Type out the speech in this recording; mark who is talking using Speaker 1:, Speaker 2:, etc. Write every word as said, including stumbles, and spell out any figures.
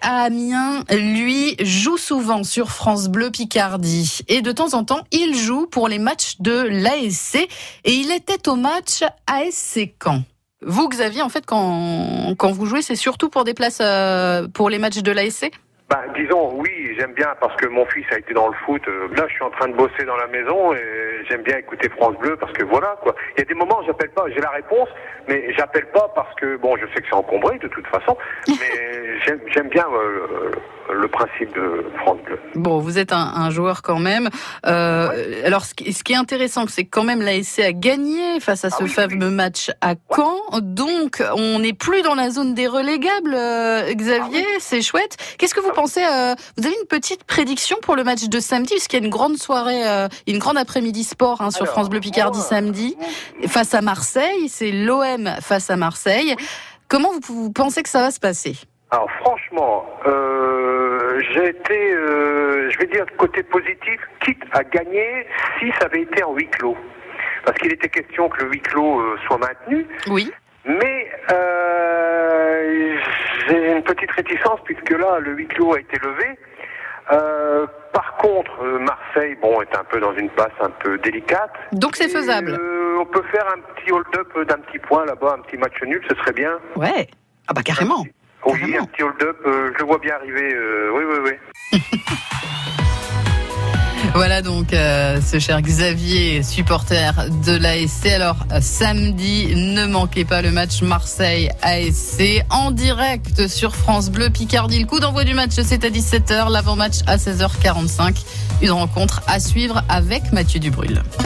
Speaker 1: à Amiens, lui, joue souvent sur France Bleu Picardie. Et de temps en temps, il joue pour les matchs de l'A S C. Et il était au match A S C Caen. Vous, Xavier, en fait, quand, quand vous jouez, c'est surtout pour des places euh, pour les matchs de l'A S C ?
Speaker 2: Bah, disons, oui, j'aime bien parce que mon fils a été dans le foot. Là, je suis en train de bosser dans la maison et j'aime bien écouter France Bleu parce que voilà, quoi. Il y a des moments où j'appelle pas, j'ai la réponse, mais j'appelle pas parce que, bon, je sais que c'est encombré de toute façon, mais j'aime, j'aime bien euh, le principe de France Bleu.
Speaker 1: Bon, vous êtes un, un joueur quand même. Euh,
Speaker 2: ouais.
Speaker 1: Alors, ce qui, ce qui est intéressant, c'est que quand même l'A S C a gagné face à ce ah, oui, fameux oui. match à Caen. Ouais. Donc, on n'est plus dans la zone des relégables, euh, Xavier, ah, oui. c'est chouette. Qu'est-ce que vous ah, pensez euh, Vous avez une petite prédiction pour le match de samedi, puisqu'il y a une grande soirée, euh, une grande après-midi sport hein, sur Alors, France Bleu Picardie moi, samedi, moi, face à Marseille. C'est l'O M face à Marseille. Oui. Comment vous, vous pensez que ça va se passer ?
Speaker 2: Alors, franchement... Euh... J'ai été, euh, je vais dire, côté positif, quitte à gagner si ça avait été en huis clos. Parce qu'il était question que le huis clos euh, soit maintenu.
Speaker 1: Oui.
Speaker 2: Mais euh, j'ai une petite réticence puisque là, le huis clos a été levé. Euh, par contre, euh, Marseille, bon, est un peu dans une passe un peu délicate.
Speaker 1: Donc c'est faisable.
Speaker 2: Euh, on peut faire un petit hold-up d'un petit point là-bas, un petit match nul, ce serait bien.
Speaker 1: Ouais. Ah bah carrément.
Speaker 2: Oui, Carrément. Un petit hold-up, euh, je le vois bien arriver, euh, oui, oui, oui.
Speaker 1: Voilà donc euh, ce cher Xavier, supporter de l'A S C. Alors euh, samedi, ne manquez pas le match Marseille-A S C en direct sur France Bleu Picardie. Le coup d'envoi du match, c'est à dix-sept heures, l'avant-match à seize heures quarante-cinq. Une rencontre à suivre avec Mathieu Dubrul.